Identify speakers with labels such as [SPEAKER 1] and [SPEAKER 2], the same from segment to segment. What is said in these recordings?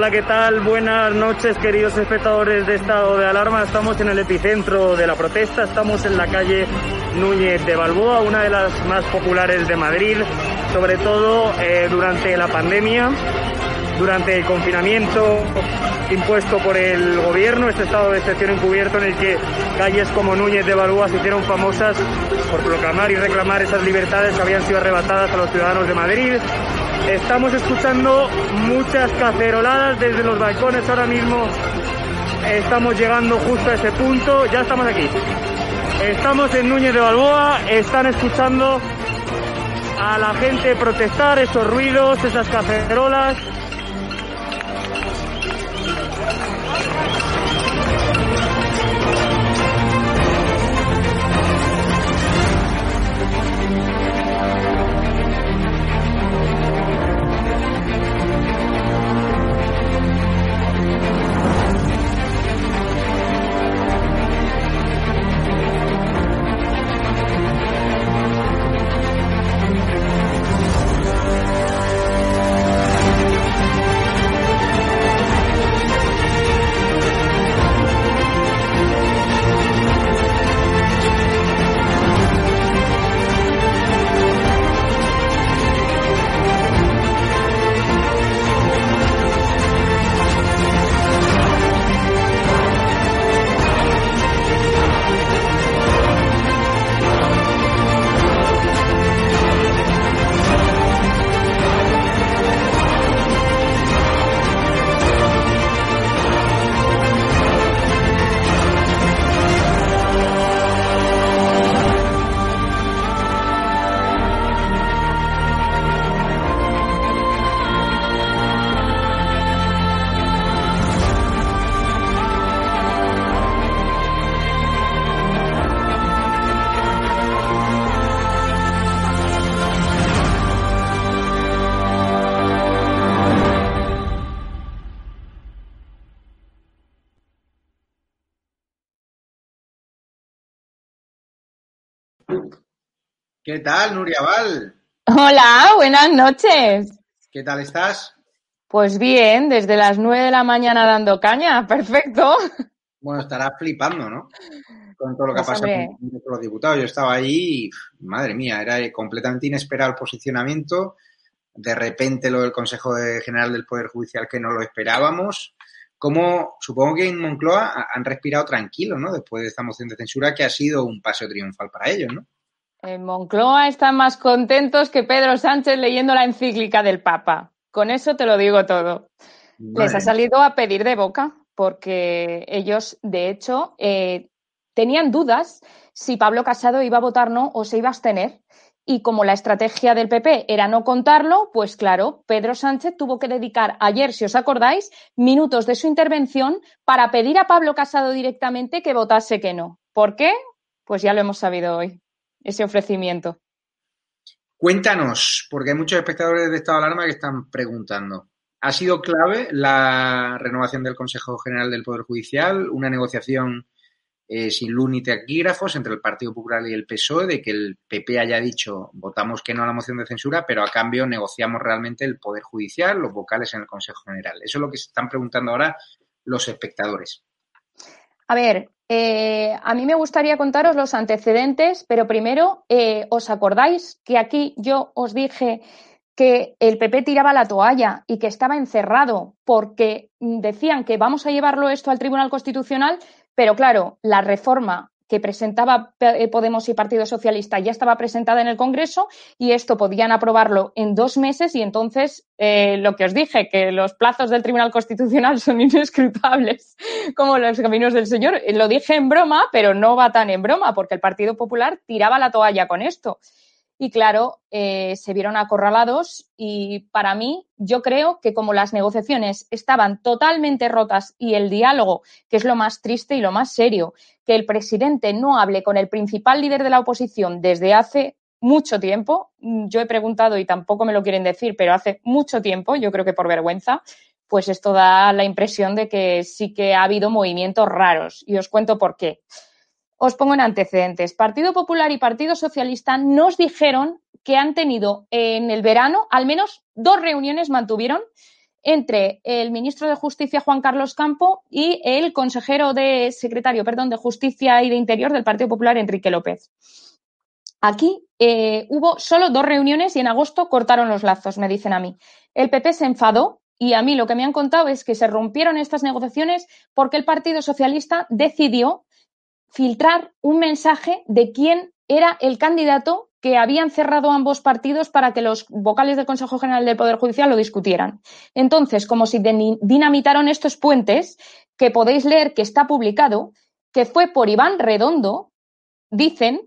[SPEAKER 1] Hola, ¿qué tal? Buenas noches, queridos espectadores de Estado de Alarma. Estamos en el epicentro de la protesta, estamos en la calle Núñez de Balboa, una de las más populares de Madrid, sobre todo durante la pandemia, durante el confinamiento impuesto por el gobierno, este estado de excepción encubierto en el que calles como Núñez de Balboa se hicieron famosas por proclamar y reclamar esas libertades que habían sido arrebatadas a los ciudadanos de Madrid. Estamos escuchando muchas caceroladas desde los balcones ahora mismo. Estamos llegando justo a ese punto. Ya estamos aquí. Estamos en Núñez de Balboa. Están escuchando a la gente protestar, esos ruidos, esas cacerolas.
[SPEAKER 2] ¿Qué tal, Nuria Val?
[SPEAKER 3] Hola, buenas noches.
[SPEAKER 2] ¿Qué tal estás?
[SPEAKER 3] Pues bien, desde las 9 de la mañana dando caña, perfecto.
[SPEAKER 2] Bueno, estarás flipando, ¿no? Con todo lo que ha
[SPEAKER 3] Pues,
[SPEAKER 2] pasado
[SPEAKER 3] hombre,
[SPEAKER 2] con los diputados. Yo estaba ahí y, madre mía, era completamente inesperado el posicionamiento. De repente lo del Consejo General del Poder Judicial que no lo esperábamos. Como supongo que en Moncloa han respirado tranquilos, ¿no? Después de esta moción de censura que ha sido un paseo triunfal para ellos, ¿no?
[SPEAKER 3] en Moncloa están más contentos que Pedro Sánchez leyendo la encíclica del Papa. Con eso te lo digo todo. Les ha
[SPEAKER 2] Madre.
[SPEAKER 3] salido a pedir de boca, porque ellos, de hecho, tenían dudas si Pablo Casado iba a votar no o se iba a abstener. Y como la estrategia del PP era no contarlo, pues claro, Pedro Sánchez tuvo que dedicar ayer, si os acordáis, minutos de su intervención para pedir a Pablo Casado directamente que votase que no. ¿Por qué? Pues ya lo hemos sabido hoy, ese ofrecimiento.
[SPEAKER 2] Cuéntanos, porque hay muchos espectadores de Estado de Alarma que están preguntando. ¿Ha sido clave la renovación del Consejo General del Poder Judicial, una negociación sin luz ni taquígrafos entre el Partido Popular y el PSOE, de que el PP haya dicho votamos que no a la moción de censura, pero a cambio negociamos realmente el Poder Judicial, los vocales en el Consejo General? Eso es lo que se están preguntando ahora los espectadores.
[SPEAKER 3] A ver, a mí me gustaría contaros los antecedentes, pero primero, ¿os acordáis que aquí yo os dije que el PP tiraba la toalla y que estaba encerrado porque decían que vamos a llevarlo esto al Tribunal Constitucional, pero claro, la reforma que presentaba Podemos y Partido Socialista ya estaba presentada en el Congreso y esto podían aprobarlo en 2 meses y entonces lo que os dije, que los plazos del Tribunal Constitucional son inescrutables como los caminos del Señor. Lo dije en broma, pero no va tan en broma porque el Partido Popular tiraba la toalla con esto. Y claro, se vieron acorralados y para mí, yo creo que como las negociaciones estaban totalmente rotas y el diálogo, que es lo más triste y lo más serio, que el presidente no hable con el principal líder de la oposición desde hace mucho tiempo, yo he preguntado y tampoco me lo quieren decir, pero hace mucho tiempo, yo creo que por vergüenza, pues esto da la impresión de que sí que ha habido movimientos raros y os cuento por qué. Os pongo en antecedentes. Partido Popular y Partido Socialista nos dijeron que han tenido en el verano, al menos 2 reuniones mantuvieron entre el ministro de Justicia, Juan Carlos Campo, y el secretario de Justicia y de Interior del Partido Popular, Enrique López. Aquí hubo solo 2 reuniones y en agosto cortaron los lazos, me dicen a mí. El PP se enfadó y a mí lo que me han contado es que se rompieron estas negociaciones porque el Partido Socialista decidió filtrar un mensaje de quién era el candidato que habían cerrado ambos partidos para que los vocales del Consejo General del Poder Judicial lo discutieran. Entonces, como si dinamitaron estos puentes, que podéis leer que está publicado, que fue por Iván Redondo, dicen,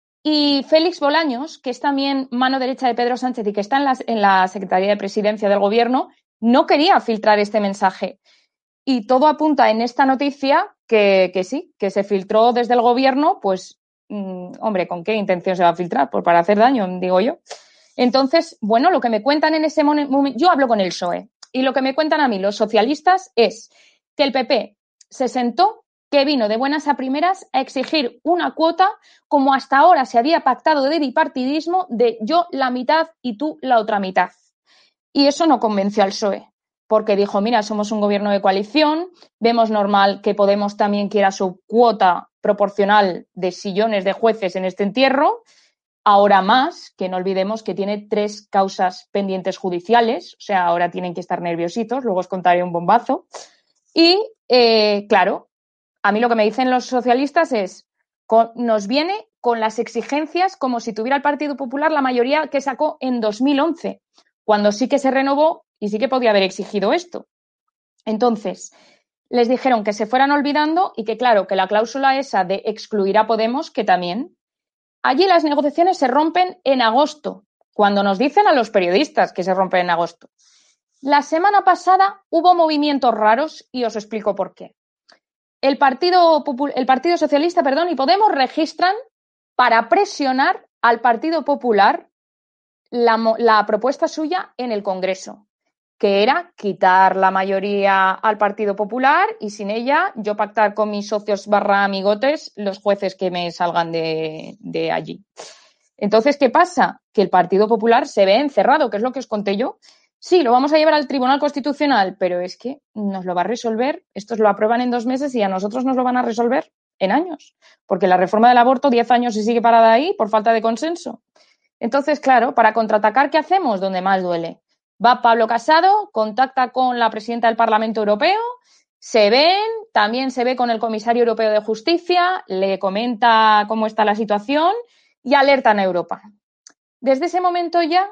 [SPEAKER 3] y Félix Bolaños, que es también mano derecha de Pedro Sánchez y que está en la Secretaría de Presidencia del Gobierno, no quería filtrar este mensaje. Y todo apunta en esta noticia que sí, que se filtró desde el Gobierno, pues hombre, ¿con qué intención se va a filtrar? Pues para hacer daño, digo yo. Entonces, bueno, lo que me cuentan en ese momento, yo hablo con el PSOE, y lo que me cuentan a mí los socialistas es que el PP se sentó, que vino de buenas a primeras a exigir una cuota como hasta ahora se había pactado de bipartidismo, de yo la mitad y tú la otra mitad. Y eso no convenció al PSOE, porque dijo, mira, somos un gobierno de coalición, vemos normal que Podemos también quiera su cuota proporcional de sillones de jueces en este entierro, ahora más, que no olvidemos que tiene 3 causas pendientes judiciales, o sea, ahora tienen que estar nerviositos, luego os contaré un bombazo. Y, claro, a mí lo que me dicen los socialistas es, nos viene con las exigencias como si tuviera el Partido Popular la mayoría que sacó en 2011, cuando sí que se renovó y sí que podía haber exigido esto. Entonces, les dijeron que se fueran olvidando y que, claro, que la cláusula esa de excluir a Podemos, que también. Allí las negociaciones se rompen en agosto, cuando nos dicen a los periodistas que se rompen en agosto. La semana pasada hubo movimientos raros y os explico por qué. El Partido Socialista, y Podemos registran para presionar al Partido Popular la propuesta suya en el Congreso, que era quitar la mayoría al Partido Popular y sin ella yo pactar con mis socios / amigotes los jueces que me salgan de allí. Entonces, ¿qué pasa? Que el Partido Popular se ve encerrado, que es lo que os conté yo. Sí, lo vamos a llevar al Tribunal Constitucional, pero es que nos lo va a resolver, estos lo aprueban en 2 meses y a nosotros nos lo van a resolver en años, porque la reforma del aborto 10 años y sigue parada ahí por falta de consenso. Entonces, claro, para contraatacar, ¿qué hacemos? Donde más duele. Va Pablo Casado, contacta con la presidenta del Parlamento Europeo, se ven, también se ve con el comisario europeo de Justicia, le comenta cómo está la situación y alertan a Europa. Desde ese momento ya,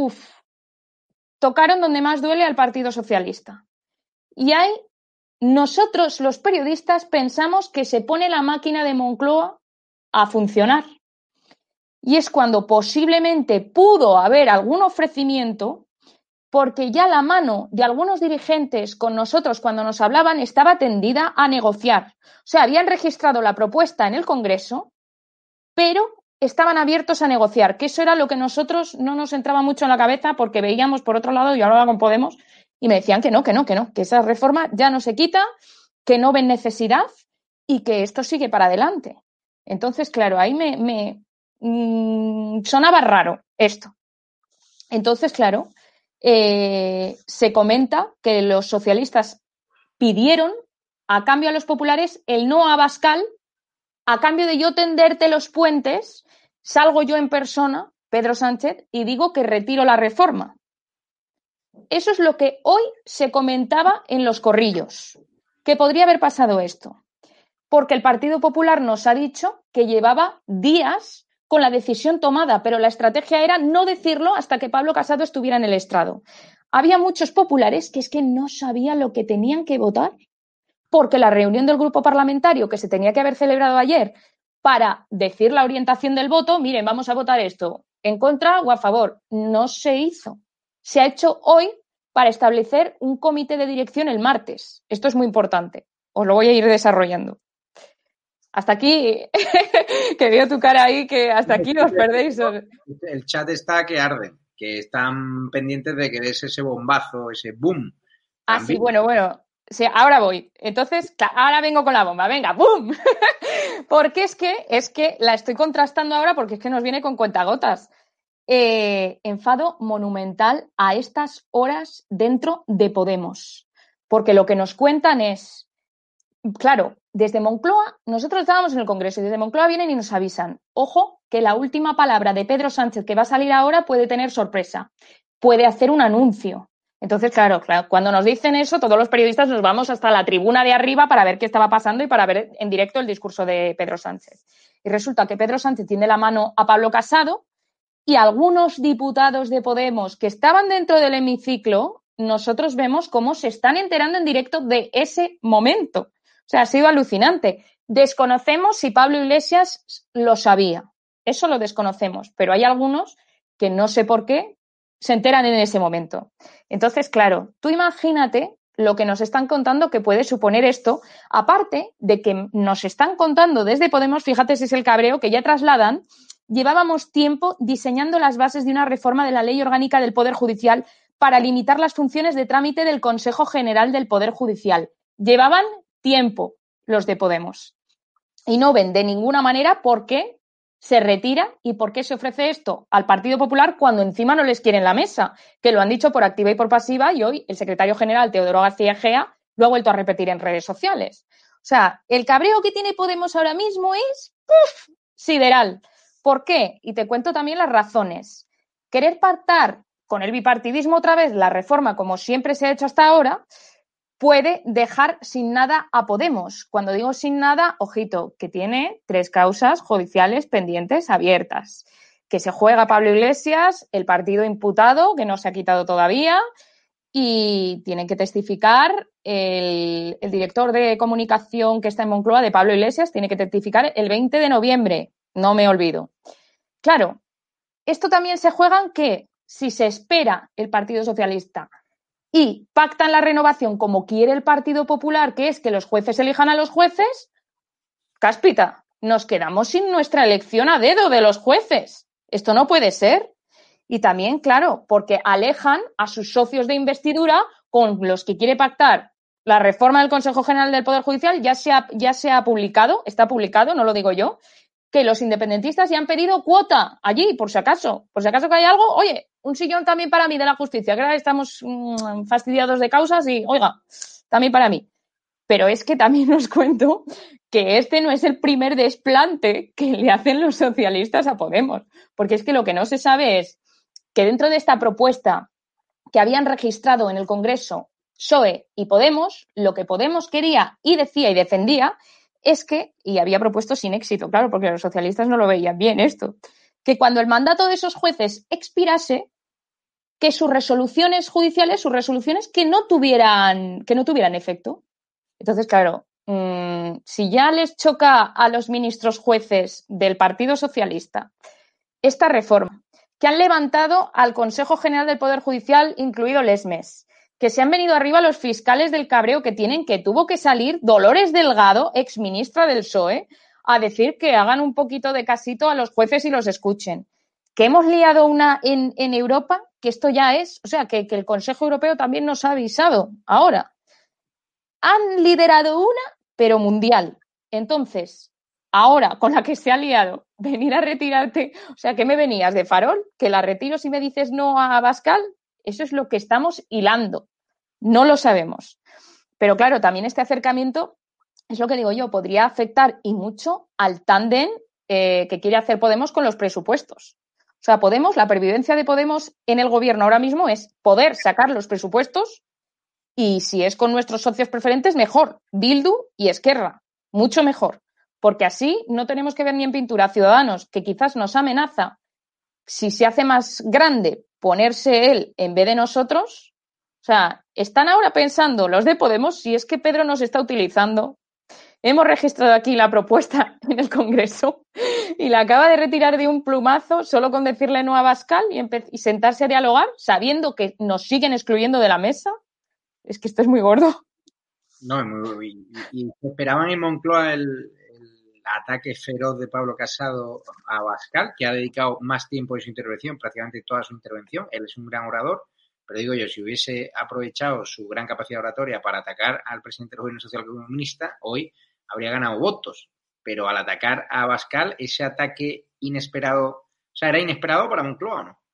[SPEAKER 3] tocaron donde más duele al Partido Socialista. Y ahí nosotros, los periodistas, pensamos que se pone la máquina de Moncloa a funcionar. Y es cuando posiblemente pudo haber algún ofrecimiento, porque ya la mano de algunos dirigentes con nosotros cuando nos hablaban estaba tendida a negociar. O sea, habían registrado la propuesta en el Congreso, pero estaban abiertos a negociar, que eso era lo que nosotros no nos entraba mucho en la cabeza porque veíamos por otro lado, y ahora con Podemos, y me decían que esa reforma ya no se quita, que no ven necesidad y que esto sigue para adelante. Entonces, claro, ahí me sonaba raro esto. Entonces, claro, se comenta que los socialistas pidieron a cambio a los populares el no a Abascal, a cambio de yo tenderte los puentes, salgo yo en persona, Pedro Sánchez, y digo que retiro la reforma. Eso es lo que hoy se comentaba en los corrillos, que podría haber pasado esto, porque el Partido Popular nos ha dicho que llevaba días con la decisión tomada, pero la estrategia era no decirlo hasta que Pablo Casado estuviera en el estrado. Había muchos populares que es que no sabían lo que tenían que votar, porque la reunión del grupo parlamentario que se tenía que haber celebrado ayer para decir la orientación del voto, miren, vamos a votar esto en contra o a favor, no se hizo. Se ha hecho hoy para establecer un comité de dirección el martes. Esto es muy importante. Os lo voy a ir desarrollando. Hasta aquí, que veo tu cara ahí, que hasta aquí os perdéis.
[SPEAKER 2] El chat está que arde, que están pendientes de que des ese bombazo, ese boom.
[SPEAKER 3] Ah, sí, bueno. Sí, ahora voy. Entonces, ahora vengo con la bomba. Venga, ¡boom! Porque es que la estoy contrastando ahora porque es que nos viene con cuentagotas. enfado monumental a estas horas dentro de Podemos. Porque lo que nos cuentan es, claro, desde Moncloa, nosotros estábamos en el Congreso y desde Moncloa vienen y nos avisan, ojo, que la última palabra de Pedro Sánchez que va a salir ahora puede tener sorpresa, puede hacer un anuncio. Entonces, claro, cuando nos dicen eso, todos los periodistas nos vamos hasta la tribuna de arriba para ver qué estaba pasando y para ver en directo el discurso de Pedro Sánchez. Y resulta que Pedro Sánchez tiende la mano a Pablo Casado y algunos diputados de Podemos que estaban dentro del hemiciclo, nosotros vemos cómo se están enterando en directo de ese momento. O sea, ha sido alucinante. Desconocemos si Pablo Iglesias lo sabía. Eso lo desconocemos. Pero hay algunos que no sé por qué se enteran en ese momento. Entonces, claro, tú imagínate lo que nos están contando que puede suponer esto, aparte de que nos están contando desde Podemos, fíjate si es el cabreo que ya trasladan, llevábamos tiempo diseñando las bases de una reforma de la Ley Orgánica del Poder Judicial para limitar las funciones de trámite del Consejo General del Poder Judicial. Llevaban tiempo los de Podemos. Y no ven de ninguna manera por qué se retira y por qué se ofrece esto al Partido Popular cuando encima no les quieren la mesa, que lo han dicho por activa y por pasiva y hoy el secretario general Teodoro García Egea lo ha vuelto a repetir en redes sociales. O sea, el cabreo que tiene Podemos ahora mismo es sideral. ¿Por qué? Y te cuento también las razones. Querer pactar con el bipartidismo otra vez la reforma como siempre se ha hecho hasta ahora puede dejar sin nada a Podemos. Cuando digo sin nada, ojito, que tiene 3 causas judiciales pendientes abiertas. Que se juega Pablo Iglesias, el partido imputado, que no se ha quitado todavía, y tienen que testificar el director de comunicación que está en Moncloa, de Pablo Iglesias, tiene que testificar el 20 de noviembre. No me olvido. Claro, esto también se juega en que si se espera el Partido Socialista y pactan la renovación como quiere el Partido Popular, que es que los jueces elijan a los jueces, cáspita, nos quedamos sin nuestra elección a dedo de los jueces. Esto no puede ser. Y también, claro, porque alejan a sus socios de investidura con los que quiere pactar la reforma del Consejo General del Poder Judicial. Ya se ha publicado, está publicado, no lo digo yo, que los independentistas ya han pedido cuota allí, por si acaso que hay algo, oye, un sillón también para mí de la justicia, que ahora estamos fastidiados de causas y, oiga, también para mí. Pero es que también os cuento que este no es el primer desplante que le hacen los socialistas a Podemos, porque es que lo que no se sabe es que dentro de esta propuesta que habían registrado en el Congreso PSOE y Podemos, lo que Podemos quería y decía y defendía es que, y había propuesto sin éxito, claro, porque los socialistas no lo veían bien esto, que cuando el mandato de esos jueces expirase, que sus resoluciones judiciales, sus resoluciones que no tuvieran efecto. Entonces, claro, si ya les choca a los ministros jueces del Partido Socialista esta reforma, que han levantado al Consejo General del Poder Judicial, incluido Lesmes, que se han venido arriba los fiscales del cabreo que tienen, que tuvo que salir Dolores Delgado, exministra del PSOE, a decir que hagan un poquito de casito a los jueces y los escuchen. Que hemos liado una en Europa, que esto ya es, o sea, que el Consejo Europeo también nos ha avisado ahora. Han liderado una, pero mundial. Entonces, ahora, con la que se ha liado, venir a retirarte, o sea, ¿qué me venías de farol? ¿Que la retiro si me dices no a Abascal? Eso es lo que estamos hilando. No lo sabemos. Pero claro, también este acercamiento, es lo que digo yo, podría afectar y mucho al tándem que quiere hacer Podemos con los presupuestos. O sea, Podemos, la pervivencia de Podemos en el gobierno ahora mismo es poder sacar los presupuestos y si es con nuestros socios preferentes, mejor. Bildu y Esquerra, mucho mejor. Porque así no tenemos que ver ni en pintura a Ciudadanos, que quizás nos amenaza, si se hace más grande, ponerse él en vez de nosotros. O sea, están ahora pensando los de Podemos si es que Pedro nos está utilizando. Hemos registrado aquí la propuesta en el Congreso y la acaba de retirar de un plumazo solo con decirle no a Abascal y sentarse a dialogar sabiendo que nos siguen excluyendo de la mesa. Es que esto es muy gordo.
[SPEAKER 2] No, y esperaban en Moncloa el ataque feroz de Pablo Casado a Abascal, que ha dedicado más tiempo de su intervención, prácticamente toda su intervención. Él es un gran orador, pero digo yo, si hubiese aprovechado su gran capacidad oratoria para atacar al presidente del Gobierno Social Comunista, hoy habría ganado votos. Pero al atacar a Abascal, ese ataque inesperado, o sea, era inesperado para Moncloa, ¿no?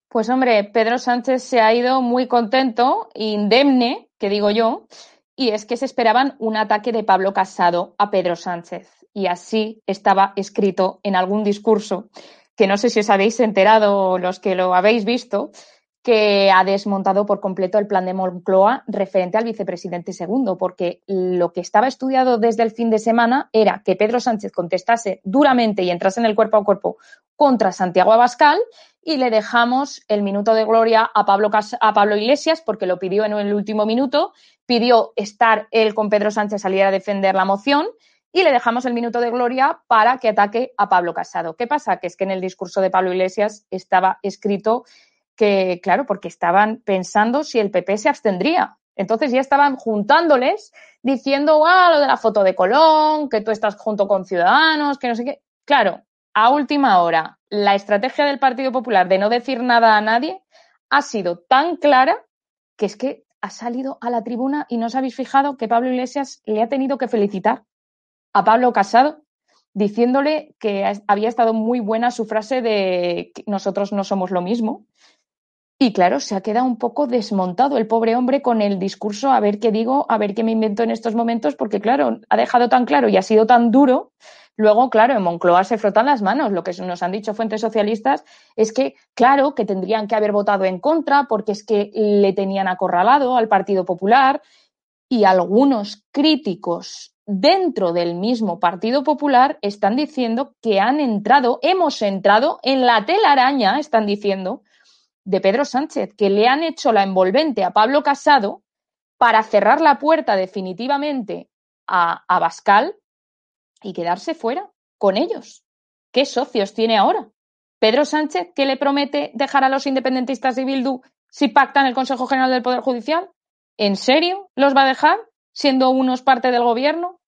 [SPEAKER 3] Pues hombre, Pedro Sánchez se ha ido muy contento, indemne, que digo yo, y es que se esperaban un ataque de Pablo Casado a Pedro Sánchez. Y así estaba escrito en algún discurso, que no sé si os habéis enterado los que lo habéis visto, que ha desmontado por completo el plan de Moncloa referente al vicepresidente segundo, porque lo que estaba estudiado desde el fin de semana era que Pedro Sánchez contestase duramente y entrase en el cuerpo a cuerpo contra Santiago Abascal, y le dejamos el minuto de gloria a Pablo Iglesias, porque lo pidió en el último minuto, pidió estar él con Pedro Sánchez, salir a defender la moción, y le dejamos el minuto de gloria para que ataque a Pablo Casado. ¿Qué pasa? Que es que en el discurso de Pablo Iglesias estaba escrito que, claro, porque estaban pensando si el PP se abstendría. Entonces ya estaban juntándoles diciendo, lo de la foto de Colón, que tú estás junto con Ciudadanos, que no sé qué. Claro, a última hora, la estrategia del Partido Popular de no decir nada a nadie ha sido tan clara que es que ha salido a la tribuna y no os habéis fijado que Pablo Iglesias le ha tenido que felicitar a Pablo Casado, diciéndole que había estado muy buena su frase de que nosotros no somos lo mismo. Y claro, se ha quedado un poco desmontado el pobre hombre con el discurso, a ver qué digo, a ver qué me invento en estos momentos, porque claro, ha dejado tan claro y ha sido tan duro. Luego, claro, en Moncloa se frotan las manos. Lo que nos han dicho fuentes socialistas es que, claro, que tendrían que haber votado en contra porque es que le tenían acorralado al Partido Popular, y algunos críticos dentro del mismo Partido Popular están diciendo que hemos entrado en la telaraña, están diciendo, de Pedro Sánchez, que le han hecho la envolvente a Pablo Casado para cerrar la puerta definitivamente a Abascal y quedarse fuera con ellos. ¿Qué socios tiene ahora? Pedro Sánchez, ¿qué le promete dejar a los independentistas de Bildu si pactan el Consejo General del Poder Judicial? ¿En serio los va a dejar, siendo unos parte del gobierno?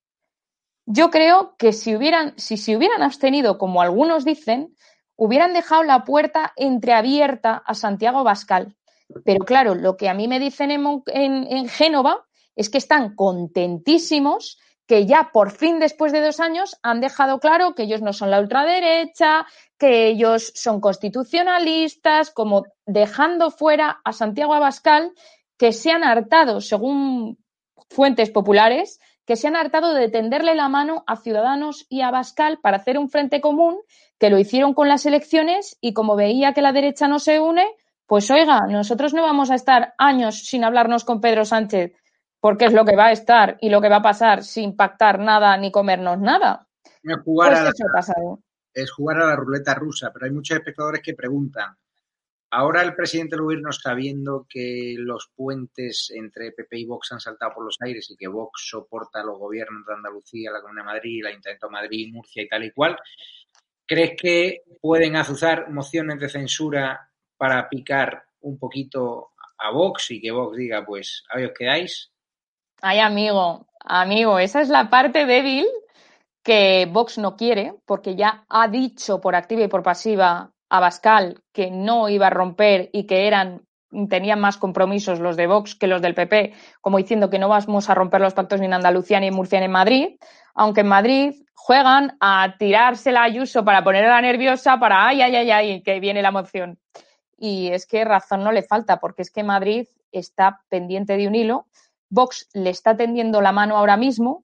[SPEAKER 3] Yo creo que si se hubieran abstenido, como algunos dicen, hubieran dejado la puerta entreabierta a Santiago Abascal. Pero claro, lo que a mí me dicen en Génova es que están contentísimos, que ya por fin, después de 2 años, han dejado claro que ellos no son la ultraderecha, que ellos son constitucionalistas, como dejando fuera a Santiago Abascal, que se han hartado, según fuentes populares, que se han hartado de tenderle la mano a Ciudadanos y a Abascal para hacer un frente común, que lo hicieron con las elecciones, y como veía que la derecha no se une, pues oiga, nosotros no vamos a estar años sin hablarnos con Pedro Sánchez, porque es lo que va a estar y lo que va a pasar sin pactar nada ni comernos nada. Pues eso ha pasado.
[SPEAKER 2] Es jugar a la ruleta rusa, pero hay muchos espectadores que preguntan, ahora el presidente del gobierno está viendo que los puentes entre PP y Vox han saltado por los aires y que Vox soporta los gobiernos de Andalucía, la Comunidad de Madrid, el Ayuntamiento de Madrid, Murcia y tal y cual. ¿Crees que pueden azuzar mociones de censura para picar un poquito a Vox y que Vox diga, pues, ahí os quedáis?
[SPEAKER 3] Ay, amigo, esa es la parte débil que Vox no quiere, porque ya ha dicho por activa y por pasiva Abascal que no iba a romper y que tenían más compromisos los de Vox que los del PP, como diciendo que no vamos a romper los pactos ni en Andalucía, ni en Murcia, ni en Madrid, aunque en Madrid juegan a tirársela a Ayuso para ponerla nerviosa, para ay, que viene la moción. Y es que razón no le falta, porque es que Madrid está pendiente de un hilo, Vox le está tendiendo la mano ahora mismo,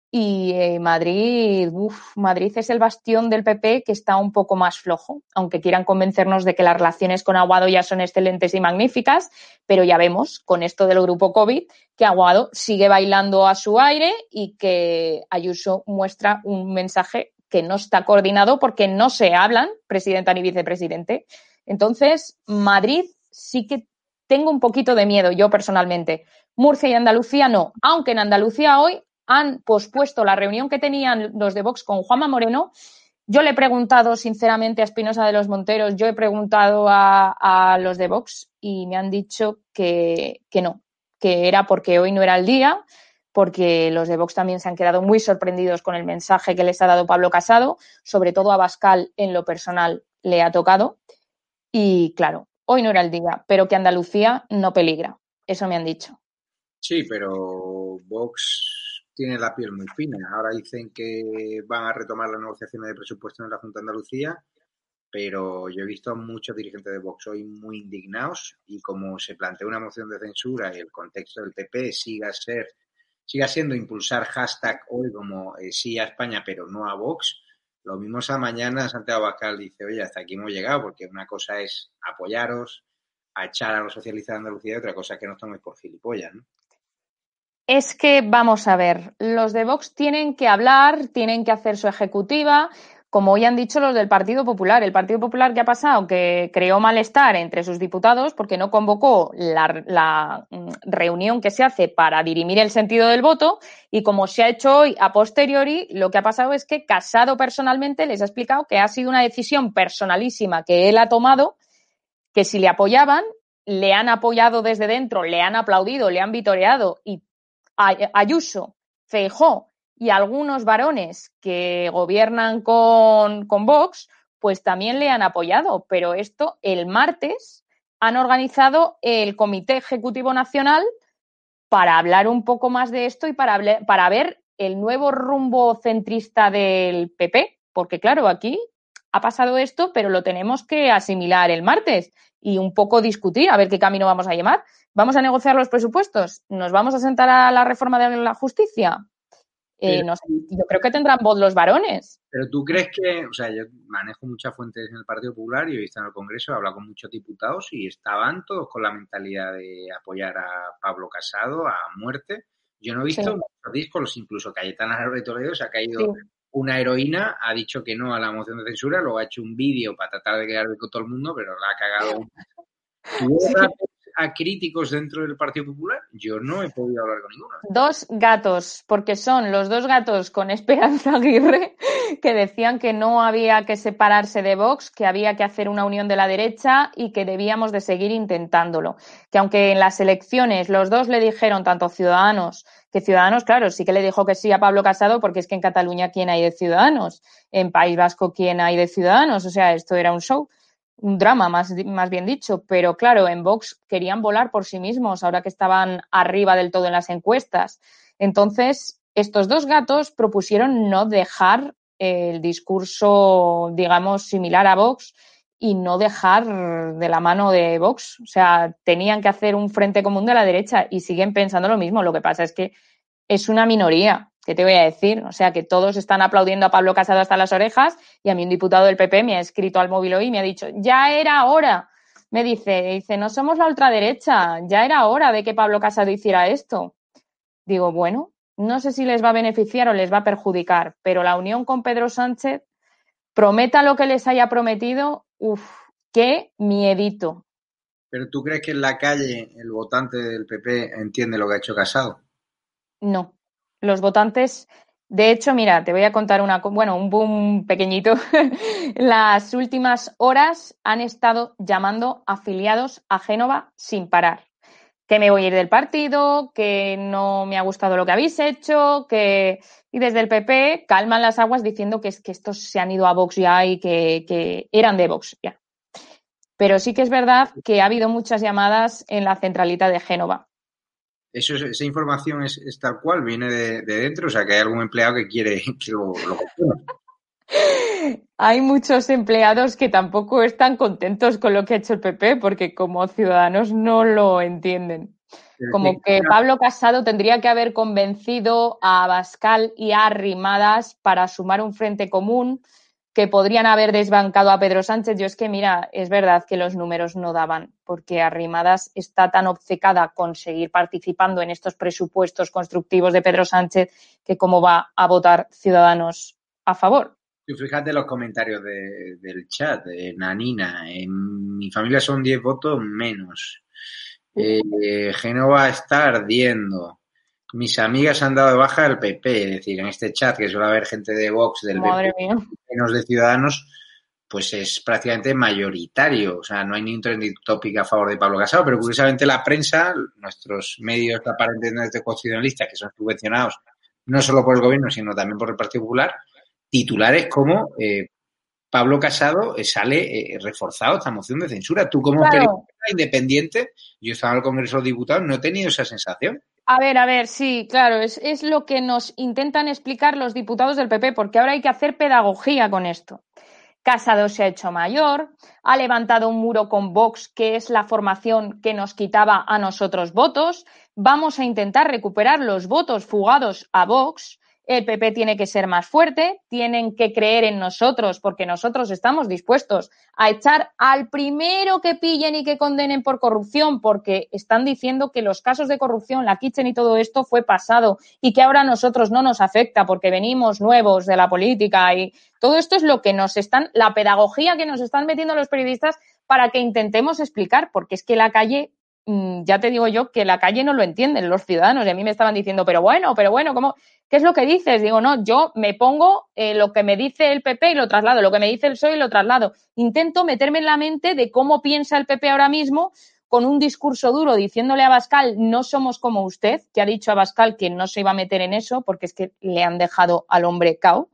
[SPEAKER 3] y Madrid es el bastión del PP que está un poco más flojo, aunque quieran convencernos de que las relaciones con Aguado ya son excelentes y magníficas, pero ya vemos con esto del grupo COVID que Aguado sigue bailando a su aire y que Ayuso muestra un mensaje que no está coordinado porque no se hablan presidenta ni vicepresidente. Entonces, Madrid sí que tengo un poquito de miedo yo personalmente. Murcia y Andalucía no, aunque en Andalucía hoy han pospuesto la reunión que tenían los de Vox con Juanma Moreno. Yo le he preguntado sinceramente a Espinosa de los Monteros, yo he preguntado a los de Vox y me han dicho que no, que era porque hoy no era el día, porque los de Vox también se han quedado muy sorprendidos con el mensaje que les ha dado Pablo Casado, sobre todo a Abascal en lo personal le ha tocado y claro, hoy no era el día, pero que Andalucía no peligra, eso me han dicho.
[SPEAKER 2] Sí, pero Vox tiene la piel muy fina. Ahora dicen que van a retomar las negociaciones de presupuesto en la Junta de Andalucía pero yo he visto a muchos dirigentes de Vox hoy muy indignados y como se plantea una moción de censura y el contexto del PP siga siendo impulsar hashtag hoy como sí a España pero no a Vox, lo mismo esa mañana Santiago Abascal dice, oye, hasta aquí hemos llegado, porque una cosa es apoyaros, a echar a los socialistas de Andalucía y otra cosa es que nos toméis por gilipollas, ¿no?
[SPEAKER 3] Es que, vamos a ver, los de Vox tienen que hablar, tienen que hacer su ejecutiva, como hoy han dicho los del Partido Popular. El Partido Popular, ¿qué ha pasado? Que creó malestar entre sus diputados porque no convocó la reunión que se hace para dirimir el sentido del voto y como se ha hecho hoy a posteriori, lo que ha pasado es que Casado personalmente les ha explicado que ha sido una decisión personalísima que él ha tomado, que si le apoyaban, le han apoyado desde dentro, le han aplaudido, le han vitoreado y Ayuso, Feijóo y algunos varones que gobiernan con Vox, pues también le han apoyado. Pero esto, el martes, han organizado el Comité Ejecutivo Nacional para hablar un poco más de esto y para ver el nuevo rumbo centrista del PP. Porque, claro, aquí ha pasado esto, pero lo tenemos que asimilar el martes y un poco discutir a ver qué camino vamos a llevar. ¿Vamos a negociar los presupuestos? ¿Nos vamos a sentar a la reforma de la justicia? No sé, yo creo que tendrán voz los varones.
[SPEAKER 2] Pero tú crees que, o sea, yo manejo muchas fuentes en el Partido Popular y hoy está en el Congreso, he hablado con muchos diputados y estaban todos con la mentalidad de apoyar a Pablo Casado a muerte. Yo no he visto muchos discos, incluso Cayetana de Toledo se ha caído una heroína, ha dicho que no a la moción de censura, luego ha hecho un vídeo para tratar de quedar bien con todo el mundo, pero la ha cagado. ¿Tú a críticos dentro del Partido Popular? Yo no he podido hablar con ninguno.
[SPEAKER 3] Dos gatos, porque son los dos gatos con Esperanza Aguirre que decían que no había que separarse de Vox, que había que hacer una unión de la derecha y que debíamos de seguir intentándolo. Que aunque en las elecciones los dos le dijeron, tanto Ciudadanos, que Ciudadanos, claro, sí que le dijo que sí a Pablo Casado, porque es que en Cataluña ¿quién hay de Ciudadanos? En País Vasco ¿quién hay de Ciudadanos? O sea, esto era un show. Un drama, más bien dicho, pero claro, en Vox querían volar por sí mismos ahora que estaban arriba del todo en las encuestas. Entonces, estos dos gatos propusieron no dejar el discurso, digamos, similar a Vox y no dejar de la mano de Vox. O sea, tenían que hacer un frente común de la derecha y siguen pensando lo mismo. Lo que pasa es que es una minoría. ¿Qué te voy a decir? O sea, que todos están aplaudiendo a Pablo Casado hasta las orejas y a mí un diputado del PP me ha escrito al móvil hoy y me ha dicho, ya era hora. Me dice, no somos la ultraderecha, ya era hora de que Pablo Casado hiciera esto. Digo, bueno, no sé si les va a beneficiar o les va a perjudicar, pero la unión con Pedro Sánchez, prometa lo que les haya prometido, qué miedito.
[SPEAKER 2] ¿Pero tú crees que en la calle el votante del PP entiende lo que ha hecho Casado?
[SPEAKER 3] No. Los votantes, de hecho, mira, te voy a contar un boom pequeñito. Las últimas horas han estado llamando afiliados a Génova sin parar. Que me voy a ir del partido, que no me ha gustado lo que habéis hecho, y desde el PP calman las aguas diciendo que es que estos se han ido a Vox ya y que eran de Vox ya. Pero sí que es verdad que ha habido muchas llamadas en la centralita de Génova.
[SPEAKER 2] Esa información es tal cual, viene de dentro, o sea, que hay algún empleado que quiere que lo
[SPEAKER 3] Hay muchos empleados que tampoco están contentos con lo que ha hecho el PP, porque como ciudadanos no lo entienden. Como que Pablo Casado tendría que haber convencido a Abascal y a Arrimadas para sumar un frente común, que podrían haber desbancado a Pedro Sánchez. Yo es que, mira, es verdad que los números no daban, porque Arrimadas está tan obcecada con seguir participando en estos presupuestos constructivos de Pedro Sánchez que cómo va a votar Ciudadanos a favor.
[SPEAKER 2] Tú fíjate los comentarios del chat, de Nanina, en mi familia son 10 votos menos. Génova está ardiendo. Mis amigas han dado de baja al PP, es decir, en este chat que suele haber gente de Vox, del PP, menos de Ciudadanos, pues es prácticamente mayoritario. O sea, no hay ni un trending topic a favor de Pablo Casado, pero curiosamente la prensa, nuestros medios aparentemente constitucionalistas, que son subvencionados no solo por el gobierno, sino también por el Partido Popular, titulares como Pablo Casado sale reforzado esta moción de censura. Tú como periodista independiente, yo estaba en el Congreso de los Diputados, no he tenido esa sensación.
[SPEAKER 3] A ver, sí, claro, es lo que nos intentan explicar los diputados del PP, porque ahora hay que hacer pedagogía con esto. Casado se ha hecho mayor, ha levantado un muro con Vox, que es la formación que nos quitaba a nosotros votos. Vamos a intentar recuperar los votos fugados a Vox. El PP tiene que ser más fuerte, tienen que creer en nosotros, porque nosotros estamos dispuestos a echar al primero que pillen y que condenen por corrupción, porque están diciendo que los casos de corrupción, la Kitchen y todo esto fue pasado y que ahora a nosotros no nos afecta porque venimos nuevos de la política y todo esto es lo que nos están, la pedagogía que nos están metiendo los periodistas para que intentemos explicar, porque es que la calle, ya te digo yo que la calle no lo entienden los ciudadanos y a mí me estaban diciendo, pero bueno, ¿cómo? ¿Qué es lo que dices? Digo, no, yo me pongo lo que me dice el PP y lo traslado, lo que me dice el PSOE y lo traslado. Intento meterme en la mente de cómo piensa el PP ahora mismo con un discurso duro diciéndole a Abascal, no somos como usted, que ha dicho Abascal que no se iba a meter en eso porque es que le han dejado al hombre cao.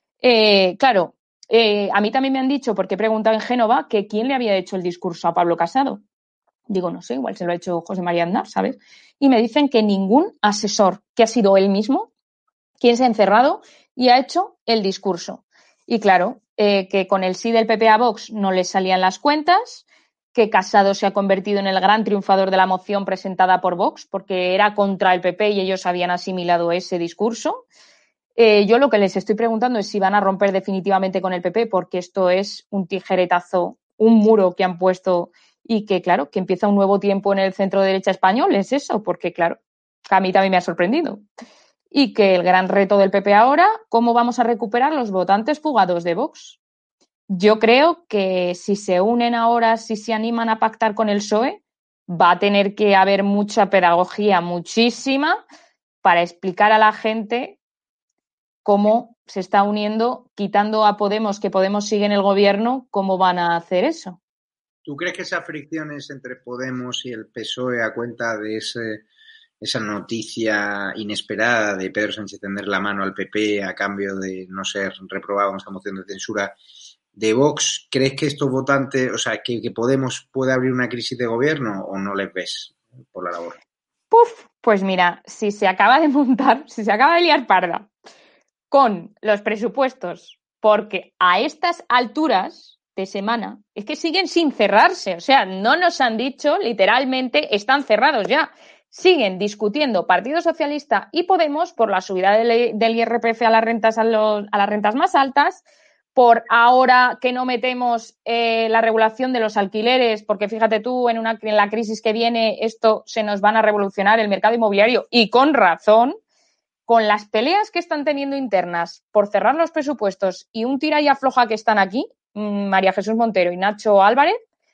[SPEAKER 3] Claro, a mí también me han dicho, porque he preguntado en Génova, que quién le había hecho el discurso a Pablo Casado. Digo, no sé, igual se lo ha hecho José María Aznar, ¿sabes? Y me dicen que ningún asesor, que ha sido él mismo quien se ha encerrado y ha hecho el discurso. Y claro, que con el sí del PP a Vox no le salían las cuentas, que Casado se ha convertido en el gran triunfador de la moción presentada por Vox, porque era contra el PP y ellos habían asimilado ese discurso. Yo lo que les estoy preguntando es si van a romper definitivamente con el PP, porque esto es un tijeretazo, un muro que han puesto y que, claro, que empieza un nuevo tiempo en el centro derecha español, es eso, porque, claro, a mí también me ha sorprendido. Y que el gran reto del PP ahora, ¿cómo vamos a recuperar los votantes fugados de Vox? Yo creo que si se unen ahora, si se animan a pactar con el PSOE, va a tener que haber mucha pedagogía, muchísima, para explicar a la gente cómo se está uniendo, quitando a Podemos, que Podemos sigue en el gobierno, ¿cómo van a hacer eso?
[SPEAKER 2] ¿Tú crees que esas fricciones entre Podemos y el PSOE a cuenta de esa noticia inesperada de Pedro Sánchez tender la mano al PP a cambio de no ser reprobado en esta moción de censura de Vox, ¿crees que estos votantes, o sea, que Podemos puede abrir una crisis de gobierno o no les ves por la labor?
[SPEAKER 3] Pues mira, si se acaba de liar parda con los presupuestos, porque a estas alturas de semana es que siguen sin cerrarse, o sea, no nos han dicho, literalmente, están cerrados ya. Siguen discutiendo Partido Socialista y Podemos por la subida del IRPF a las rentas más altas, por ahora que no metemos la regulación de los alquileres, porque fíjate tú, en la crisis que viene, esto se nos van a revolucionar el mercado inmobiliario y con razón, con las peleas que están teniendo internas por cerrar los presupuestos y un tira y afloja que están aquí, María Jesús Montero y Nacho Álvarez,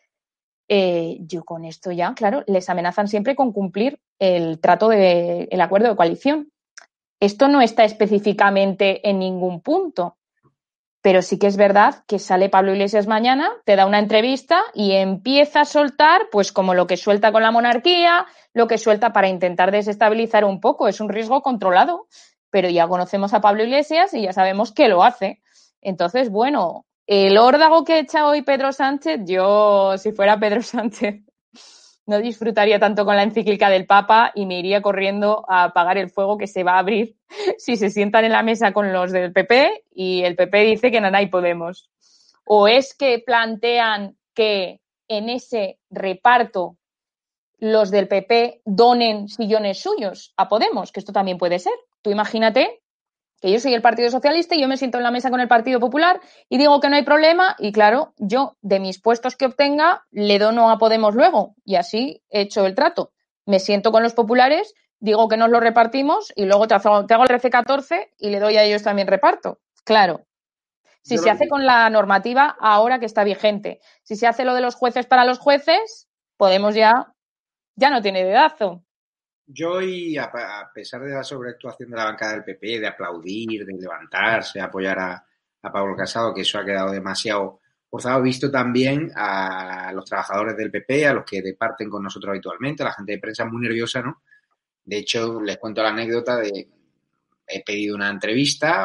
[SPEAKER 3] yo con esto ya, claro, les amenazan siempre con cumplir el acuerdo de coalición. Esto no está específicamente en ningún punto, pero sí que es verdad que sale Pablo Iglesias mañana, te da una entrevista y empieza a soltar, pues como lo que suelta con la monarquía, lo que suelta para intentar desestabilizar un poco. Es un riesgo controlado, pero ya conocemos a Pablo Iglesias y ya sabemos que lo hace. Entonces, bueno, el órdago que echa hoy Pedro Sánchez, yo, si fuera Pedro Sánchez, no disfrutaría tanto con la encíclica del Papa y me iría corriendo a apagar el fuego que se va a abrir si se sientan en la mesa con los del PP y el PP dice que nada y Podemos. ¿O es que plantean que en ese reparto los del PP donen sillones suyos a Podemos? Que esto también puede ser. Tú imagínate que yo soy el Partido Socialista y yo me siento en la mesa con el Partido Popular y digo que no hay problema y claro, yo de mis puestos que obtenga le dono a Podemos luego y así he hecho el trato. Me siento con los populares, digo que nos lo repartimos y luego te hago el 13-14 y le doy a ellos también reparto. Claro. Si se hace con la normativa ahora que está vigente, si se hace lo de los jueces para los jueces, Podemos ya no tiene dedazo.
[SPEAKER 2] Yo, y a pesar de la sobreactuación de la bancada del PP, de aplaudir, de levantarse, apoyar a Pablo Casado, que eso ha quedado demasiado forzado, he visto también a los trabajadores del PP, a los que departen con nosotros habitualmente, a la gente de prensa muy nerviosa, ¿no? De hecho, les cuento la anécdota de he pedido una entrevista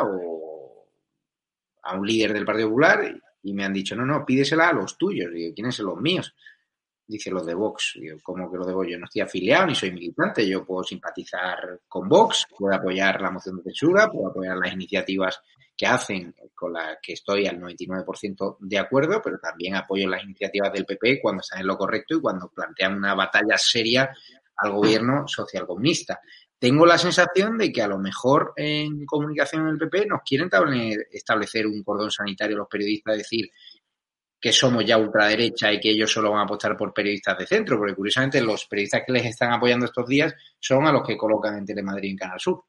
[SPEAKER 2] a un líder del Partido Popular y me han dicho, no, pídesela a los tuyos. Digo, ¿quiénes son los míos? Dice los de Vox. Digo, ¿cómo que los de Vox? Yo no estoy afiliado ni soy militante. Yo puedo simpatizar con Vox, puedo apoyar la moción de censura, puedo apoyar las iniciativas que hacen, con las que estoy al 99% de acuerdo, pero también apoyo las iniciativas del PP cuando están en lo correcto y cuando plantean una batalla seria al gobierno socialcomunista. Tengo la sensación de que a lo mejor en comunicación en el PP nos quieren establecer un cordón sanitario a los periodistas, decir que somos ya ultraderecha y que ellos solo van a apostar por periodistas de centro, porque curiosamente los periodistas que les están apoyando estos días son a los que colocan en Telemadrid y en Canal Sur.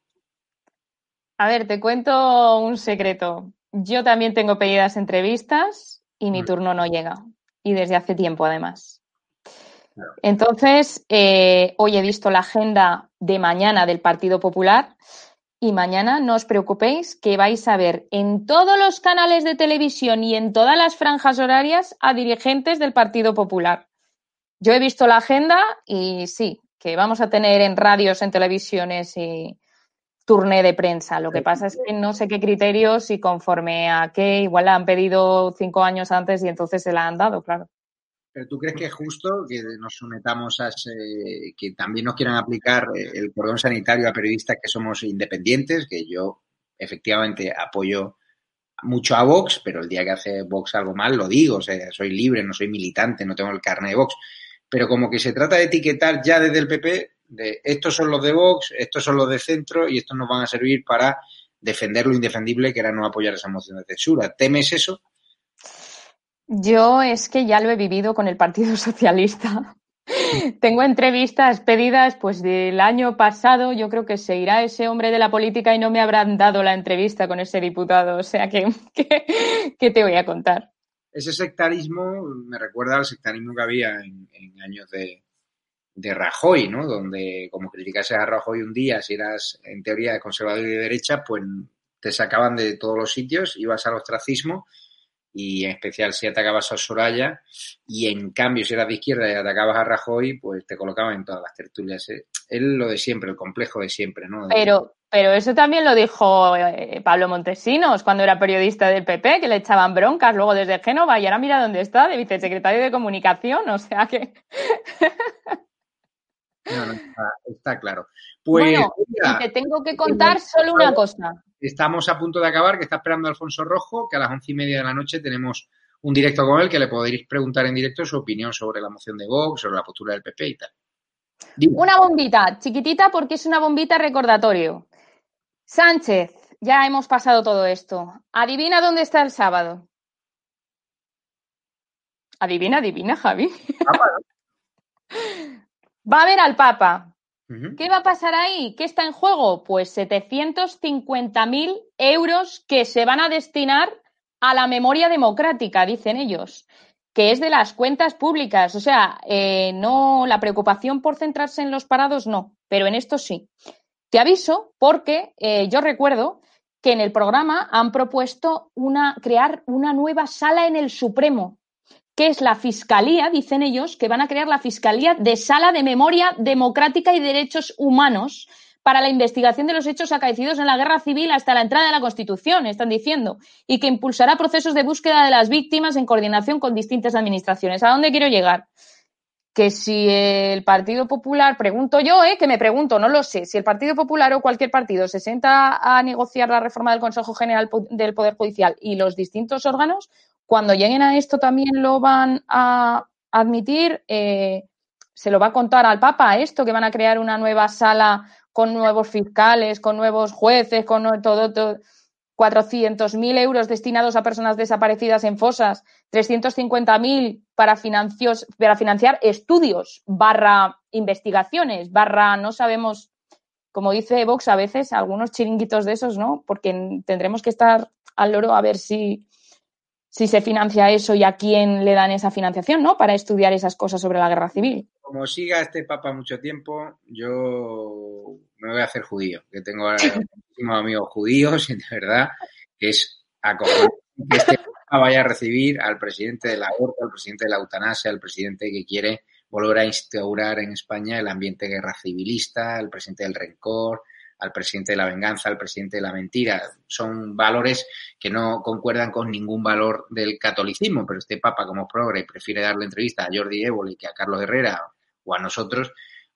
[SPEAKER 3] A ver, te cuento un secreto. Yo también tengo pedidas entrevistas y mi turno no llega. Y desde hace tiempo, además.
[SPEAKER 2] Claro.
[SPEAKER 3] Entonces, hoy he visto la agenda de mañana del Partido Popular y mañana no os preocupéis que vais a ver en todos los canales de televisión y en todas las franjas horarias a dirigentes del Partido Popular. Yo he visto la agenda y sí, que vamos a tener en radios, en televisiones y turné de prensa. Lo que pasa es que no sé qué criterios y conforme a qué, igual la han pedido 5 años antes y entonces se la han dado, claro.
[SPEAKER 2] ¿Pero tú crees que es justo que nos sometamos a que también nos quieran aplicar el cordón sanitario a periodistas que somos independientes? Que yo efectivamente apoyo mucho a Vox, pero el día que hace Vox algo mal lo digo, o sea, soy libre, no soy militante, no tengo el carné de Vox. Pero como que se trata de etiquetar ya desde el PP de estos son los de Vox, estos son los de centro y estos nos van a servir para defender lo indefendible que era no apoyar esa moción de censura. ¿Temes eso?
[SPEAKER 3] Yo es que ya lo he vivido con el Partido Socialista. Tengo entrevistas pedidas pues del año pasado. Yo creo que se irá ese hombre de la política y no me habrán dado la entrevista con ese diputado. O sea que te voy a contar.
[SPEAKER 2] Ese sectarismo me recuerda al sectarismo que había en años de Rajoy, ¿no? Donde como criticases a Rajoy un día, si eras en teoría de conservador y de derecha, pues te sacaban de todos los sitios, ibas al ostracismo y en especial si atacabas a Soraya y en cambio si eras de izquierda y atacabas a Rajoy, pues te colocaban en todas las tertulias. Es lo de siempre, el complejo de siempre, ¿no?
[SPEAKER 3] Pero eso también lo dijo Pablo Montesinos cuando era periodista del PP, que le echaban broncas luego desde Génova y ahora mira dónde está, de vicesecretario de Comunicación, o sea que...
[SPEAKER 2] No, está claro. Pues,
[SPEAKER 3] bueno, mira, y te tengo que contar solo una cosa.
[SPEAKER 2] Estamos a punto de acabar, que está esperando Alfonso Rojo, que a las 11:30 de la noche tenemos un directo con él, que le podréis preguntar en directo su opinión sobre la moción de Vox, sobre la postura del PP y tal. Dime.
[SPEAKER 3] Una bombita, chiquitita porque es una bombita recordatorio. Sánchez, ya hemos pasado todo esto. Adivina dónde está el sábado. Adivina, Javi.
[SPEAKER 2] Papa, ¿no?
[SPEAKER 3] Va a ver al Papa.
[SPEAKER 2] Uh-huh.
[SPEAKER 3] ¿Qué va a pasar ahí? ¿Qué está en juego? Pues 750.000 euros que se van a destinar a la memoria democrática, dicen ellos, que es de las cuentas públicas. O sea, no, la preocupación por centrarse en los parados no, pero en esto sí. Te aviso porque yo recuerdo que en el programa han propuesto crear una nueva sala en el Supremo, que es la Fiscalía, dicen ellos, que van a crear la Fiscalía de Sala de Memoria Democrática y Derechos Humanos para la investigación de los hechos acaecidos en la Guerra Civil hasta la entrada de la Constitución, están diciendo, y que impulsará procesos de búsqueda de las víctimas en coordinación con distintas administraciones. ¿A dónde quiero llegar? Que si el Partido Popular, pregunto yo, que me pregunto, no lo sé, si el Partido Popular o cualquier partido se sienta a negociar la reforma del Consejo General del Poder Judicial y los distintos órganos, cuando lleguen a esto también lo van a admitir, se lo va a contar al Papa esto, que van a crear una nueva sala con nuevos fiscales, con nuevos jueces, con todo 400.000 euros destinados a personas desaparecidas en fosas, 350.000 para financiar estudios / investigaciones / no sabemos, como dice Vox a veces, algunos chiringuitos de esos, ¿no? Porque tendremos que estar al loro a ver si se financia eso y a quién le dan esa financiación, ¿no? Para estudiar esas cosas sobre la guerra civil.
[SPEAKER 2] Como siga este Papa mucho tiempo, yo me voy a hacer judío, que tengo muchísimos amigos judíos y de verdad que es acojonante que este Papa vaya a recibir al presidente del aborto, al presidente de la eutanasia, al presidente que quiere volver a instaurar en España el ambiente guerra civilista, al presidente del rencor, al presidente de la venganza, al presidente de la mentira. Son valores que no concuerdan con ningún valor del catolicismo, pero este Papa, como progre, prefiere darle entrevista a Jordi Évole que a Carlos Herrera o a nosotros,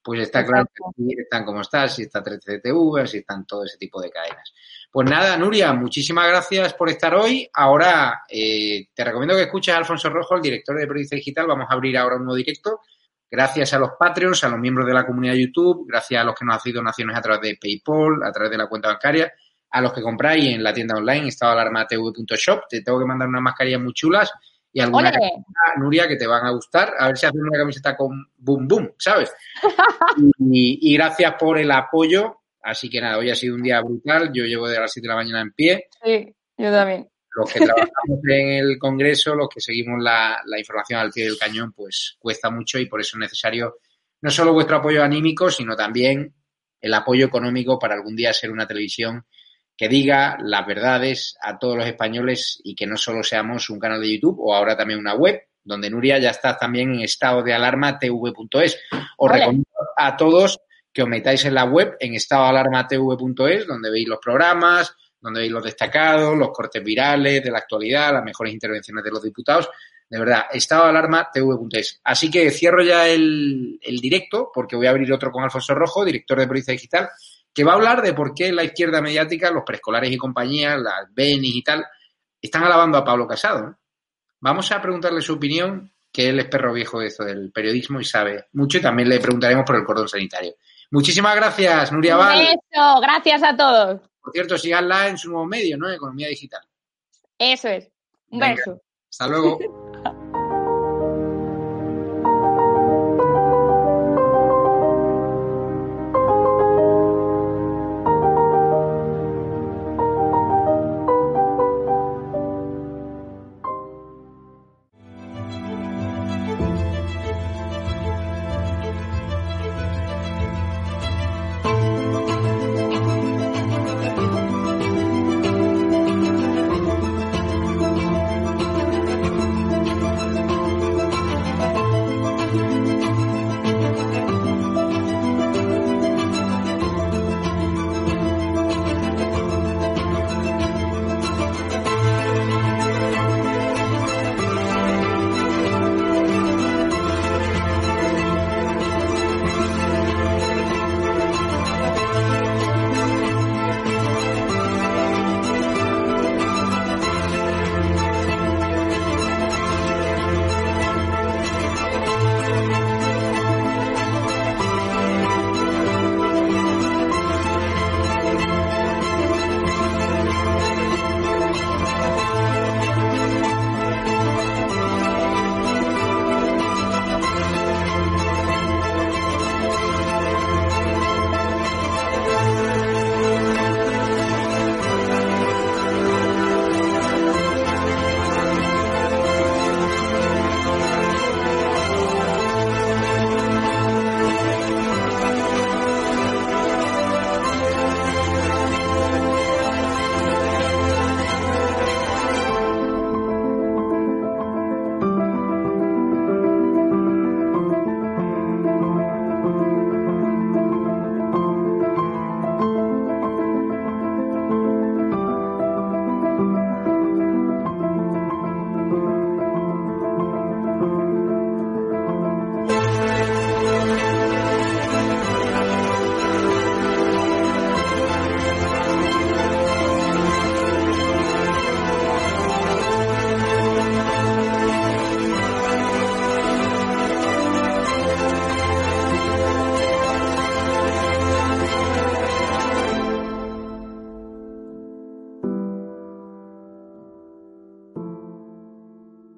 [SPEAKER 2] pues está claro que aquí están como está, si está 13TV, si están todo ese tipo de cadenas. Pues nada, Nuria, muchísimas gracias por estar hoy. Ahora te recomiendo que escuches a Alfonso Rojo, el director de Periodista Digital. Vamos a abrir ahora un nuevo directo. Gracias a los Patreons, a los miembros de la comunidad de YouTube, gracias a los que nos hacéis donaciones a través de PayPal, a través de la cuenta bancaria, a los que compráis en la tienda online, estadoalarmatv.shop. Te tengo que mandar unas mascarillas muy chulas y alguna camiseta, Nuria, que te van a gustar. A ver si hacemos una camiseta con boom boom, ¿sabes? y gracias por el apoyo. Así que nada, hoy ha sido un día brutal. Yo llevo de las 7 de la mañana en pie.
[SPEAKER 3] Sí, yo también.
[SPEAKER 2] Los que trabajamos en el Congreso, los que seguimos la información al pie del cañón, pues cuesta mucho y por eso es necesario no solo vuestro apoyo anímico, sino también el apoyo económico para algún día ser una televisión que diga las verdades a todos los españoles y que no solo seamos un canal de YouTube o ahora también una web, donde Nuria ya está también en estadodealarmatv.es. Os recomiendo a todos que os metáis en la web, en estadoalarmatv.es, donde veis los programas, donde veis los destacados, los cortes virales de la actualidad, las mejores intervenciones de los diputados. De verdad, estadoalarmatv.es. Así que cierro ya el directo, porque voy a abrir otro con Alfonso Rojo, director de Periodista Digital, que va a hablar de por qué la izquierda mediática, los preescolares y compañía, las Benis y tal, están alabando a Pablo Casado, ¿no? Vamos a preguntarle su opinión, que él es perro viejo de esto del periodismo y sabe mucho, y también le preguntaremos por el cordón sanitario. Muchísimas gracias, Nuria Val.
[SPEAKER 3] Un beso, gracias a todos.
[SPEAKER 2] Por cierto, síganla en su nuevo medio, ¿no? Economía Digital.
[SPEAKER 3] Eso es. Un beso.
[SPEAKER 2] Hasta luego.